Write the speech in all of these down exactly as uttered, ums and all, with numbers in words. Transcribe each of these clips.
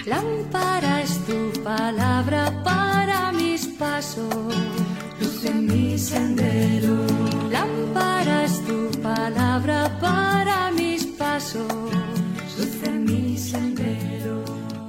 Lámpara es tu palabra para mis pasos, luz en mi sendero. Lámpara es tu palabra para mis pasos, luz en mi sendero.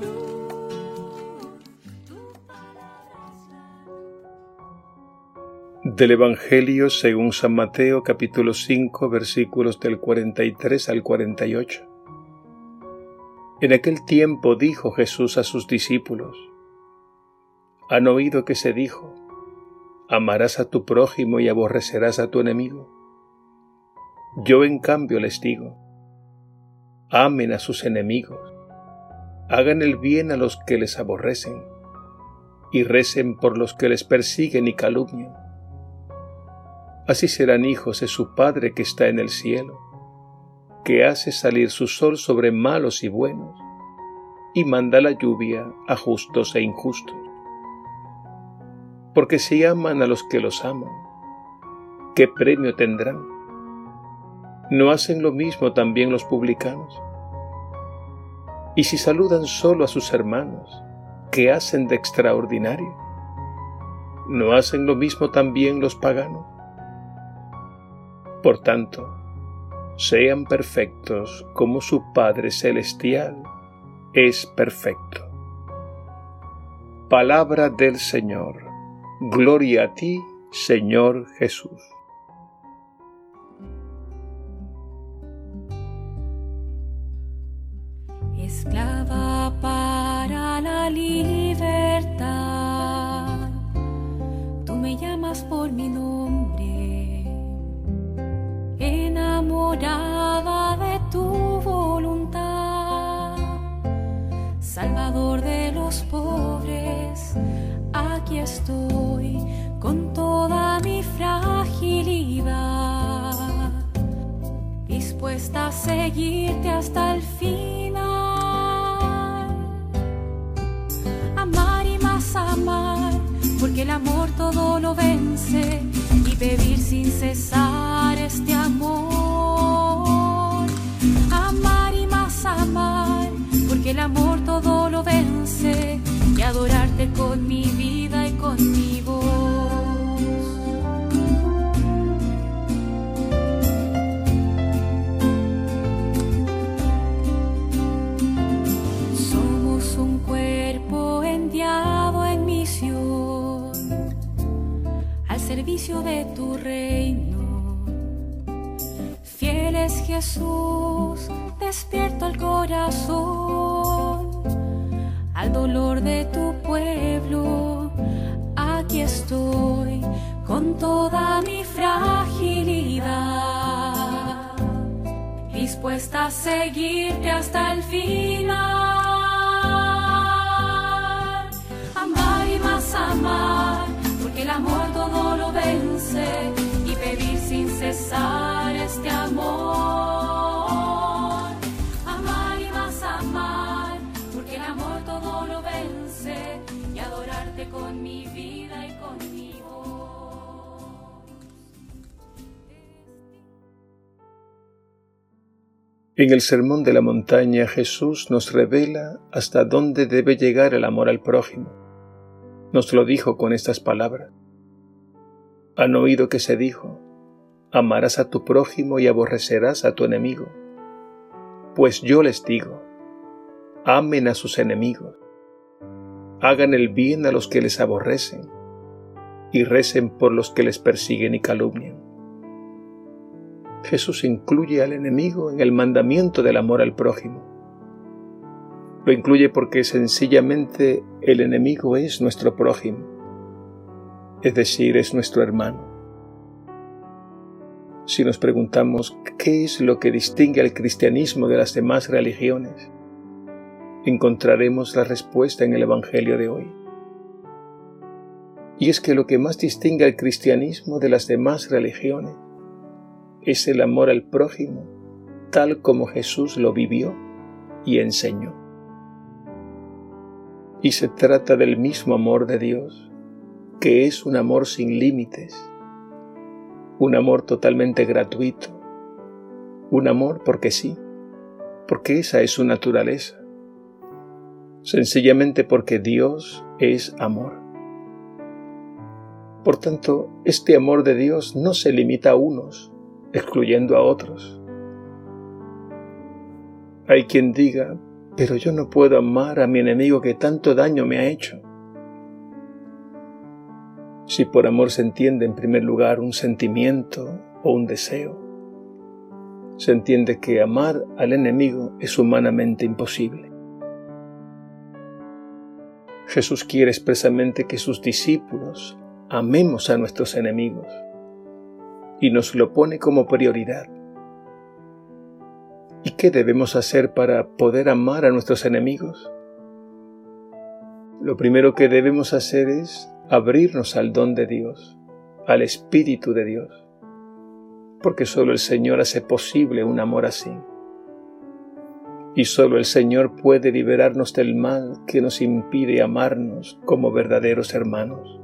Del Evangelio según San Mateo, capítulo cinco, versículos del cuarenta y tres al cuarenta y ocho. En aquel tiempo dijo Jesús a sus discípulos: ¿Han oído que se dijo: amarás a tu prójimo y aborrecerás a tu enemigo? Yo en cambio les digo: amen a sus enemigos, hagan el bien a los que les aborrecen, y recen por los que les persiguen y calumnian. Así serán hijos de su Padre que está en el cielo, que hace salir su sol sobre malos y buenos, y manda la lluvia a justos e injustos. Porque si aman a los que los aman, ¿qué premio tendrán? ¿No hacen lo mismo también los publicanos? Y si saludan solo a sus hermanos, ¿qué hacen de extraordinario? ¿No hacen lo mismo también los paganos? Por tanto, sean perfectos como su Padre Celestial es perfecto. Palabra del Señor. Gloria a ti, Señor Jesús. Esclava para la libertad, tú me llamas por mi nombre, enamorada de tu voluntad, Salvador de los pobres, aquí estoy con toda mi fragilidad, dispuesta a seguirte hasta el final. Amar y más amar, porque el amor todo lo vence, y pedir sin cesar este amor. Amar y más amar, porque el amor todo lo vence, y adorarte con mi vida y con mi voz. Somos un cuerpo enviado en misión al servicio de tu reino. Fiel es Jesús, despierta el corazón al dolor de tu pueblo. Aquí estoy con toda mi fragilidad, dispuesta a seguirte hasta el final. Amar y más amar, porque el amor todo lo vence, y pedir sin cesar este amor. Amar y más amar, porque el amor todo lo vence, y adorarte con mi vida y con mi voz. En el Sermón de la Montaña, Jesús nos revela hasta dónde debe llegar el amor al prójimo. Nos lo dijo con estas palabras: ¿Han oído que se dijo: amarás a tu prójimo y aborrecerás a tu enemigo? Pues yo les digo: amen a sus enemigos, hagan el bien a los que les aborrecen, y recen por los que les persiguen y calumnian. Jesús incluye al enemigo en el mandamiento del amor al prójimo. Lo incluye porque sencillamente el enemigo es nuestro prójimo, es decir, es nuestro hermano. Si nos preguntamos qué es lo que distingue al cristianismo de las demás religiones, encontraremos la respuesta en el Evangelio de hoy. Y es que lo que más distingue al cristianismo de las demás religiones es el amor al prójimo, tal como Jesús lo vivió y enseñó. Y se trata del mismo amor de Dios, que es un amor sin límites, un amor totalmente gratuito, un amor porque sí, porque esa es su naturaleza. sencillamente porque Dios es amor. Por tanto, este amor de Dios no se limita a unos, excluyendo a otros. Hay quien diga, pero yo no puedo amar a mi enemigo que tanto daño me ha hecho. Si por amor se entiende en primer lugar un sentimiento o un deseo, se entiende que amar al enemigo es humanamente imposible. Jesús quiere expresamente que sus discípulos amemos a nuestros enemigos y nos lo pone como prioridad. ¿Y qué debemos hacer para poder amar a nuestros enemigos? Lo primero que debemos hacer es abrirnos al don de Dios, al Espíritu de Dios, porque solo el Señor hace posible un amor así. Y solo el Señor puede liberarnos del mal que nos impide amarnos como verdaderos hermanos.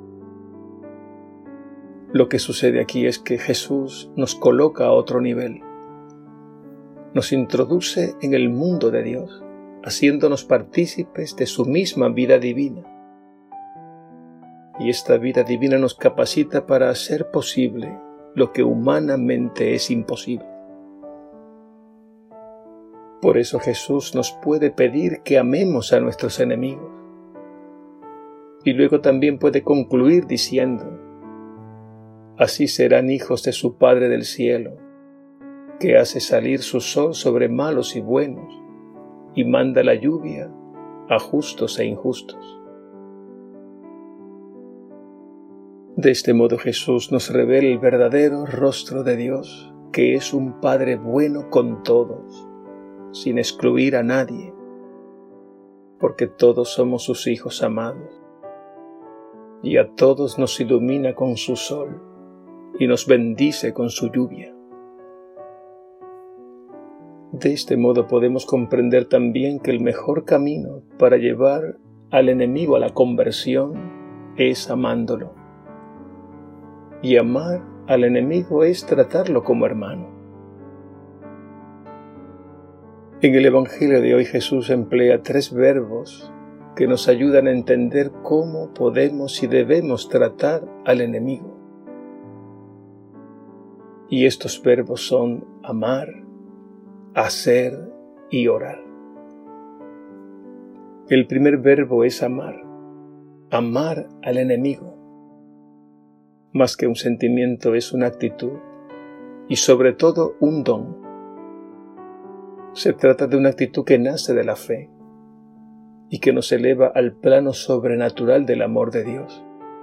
Lo que sucede aquí es que Jesús nos coloca a otro nivel. Nos introduce en el mundo de Dios, haciéndonos partícipes de su misma vida divina. Y esta vida divina nos capacita para hacer posible lo que humanamente es imposible. Por eso Jesús nos puede pedir que amemos a nuestros enemigos. Y luego también puede concluir diciendo, así serán hijos de su Padre del cielo, que hace salir su sol sobre malos y buenos, y manda la lluvia a justos e injustos. De este modo Jesús nos revela el verdadero rostro de Dios, que es un Padre bueno con todos, sin excluir a nadie, porque todos somos sus hijos amados, y a todos nos ilumina con su sol, y nos bendice con su lluvia. De este modo podemos comprender también que el mejor camino para llevar al enemigo a la conversión es amándolo. Y amar al enemigo es tratarlo como hermano. En el Evangelio de hoy Jesús emplea tres verbos que nos ayudan a entender cómo podemos y debemos tratar al enemigo. Y estos verbos son amar, hacer y orar. El primer verbo es amar, amar al enemigo. Más que un sentimiento es una actitud y sobre todo un don. Se trata de una actitud que nace de la fe y que nos eleva al plano sobrenatural del amor de Dios.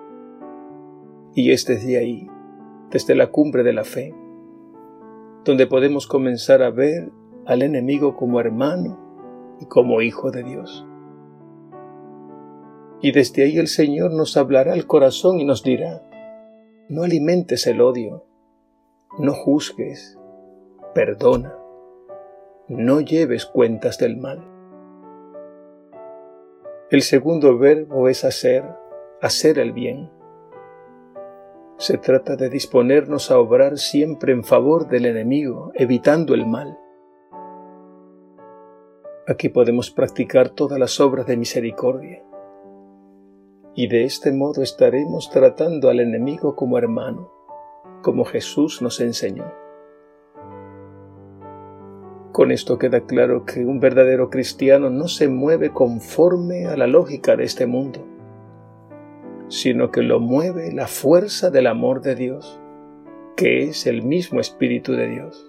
Y es desde ahí, desde la cumbre de la fe, donde podemos comenzar a ver al enemigo como hermano y como hijo de Dios. Y desde ahí el Señor nos hablará al corazón y nos dirá, no alimentes el odio, no juzgues, perdona, no lleves cuentas del mal. El segundo verbo es hacer, hacer el bien. Se trata de disponernos a obrar siempre en favor del enemigo, evitando el mal. Aquí podemos practicar todas las obras de misericordia. Y de este modo estaremos tratando al enemigo como hermano, como Jesús nos enseñó. Con esto queda claro que un verdadero cristiano no se mueve conforme a la lógica de este mundo, sino que lo mueve la fuerza del amor de Dios, que es el mismo Espíritu de Dios.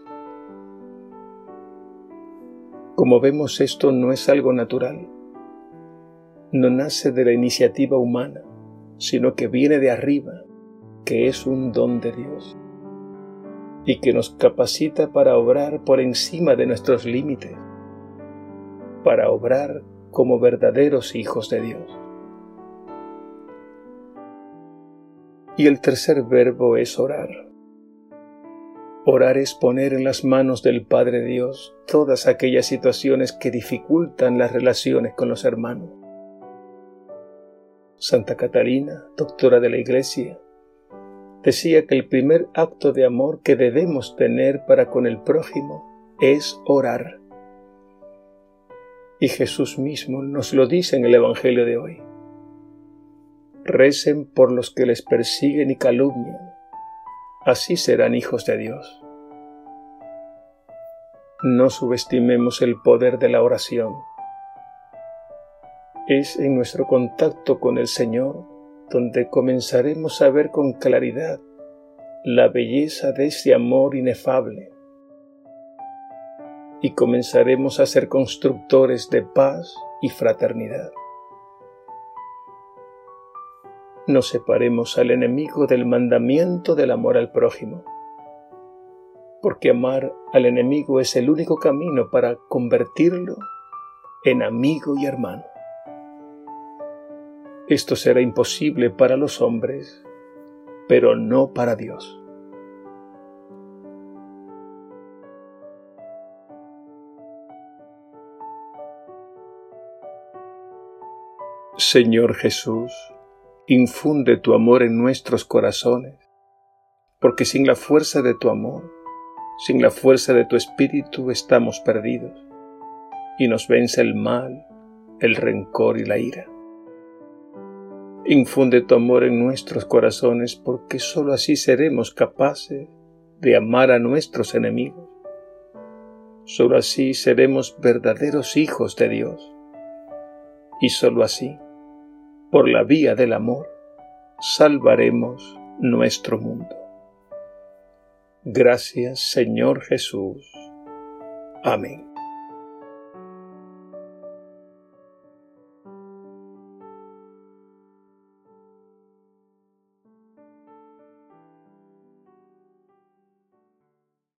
Como vemos, esto no es algo natural. No nace de la iniciativa humana, sino que viene de arriba, que es un don de Dios, y que nos capacita para obrar por encima de nuestros límites, para obrar como verdaderos hijos de Dios. Y el tercer verbo es orar. Orar es poner en las manos del Padre Dios todas aquellas situaciones que dificultan las relaciones con los hermanos. Santa Catarina, doctora de la Iglesia, decía que el primer acto de amor que debemos tener para con el prójimo es orar. Y Jesús mismo nos lo dice en el Evangelio de hoy. Recen por los que les persiguen y calumnian, así serán hijos de Dios. No subestimemos el poder de la oración. Es en nuestro contacto con el Señor donde comenzaremos a ver con claridad la belleza de ese amor inefable y comenzaremos a ser constructores de paz y fraternidad. No separemos al enemigo del mandamiento del amor al prójimo, porque amar al enemigo es el único camino para convertirlo en amigo y hermano. Esto será imposible para los hombres, pero no para Dios. Señor Jesús, infunde tu amor en nuestros corazones, porque sin la fuerza de tu amor, sin la fuerza de tu espíritu estamos perdidos, y nos vence el mal, el rencor y la ira. Infunde tu amor en nuestros corazones, porque sólo así seremos capaces de amar a nuestros enemigos. Sólo así seremos verdaderos hijos de Dios. Y sólo así, por la vía del amor, salvaremos nuestro mundo. Gracias, Señor Jesús. Amén.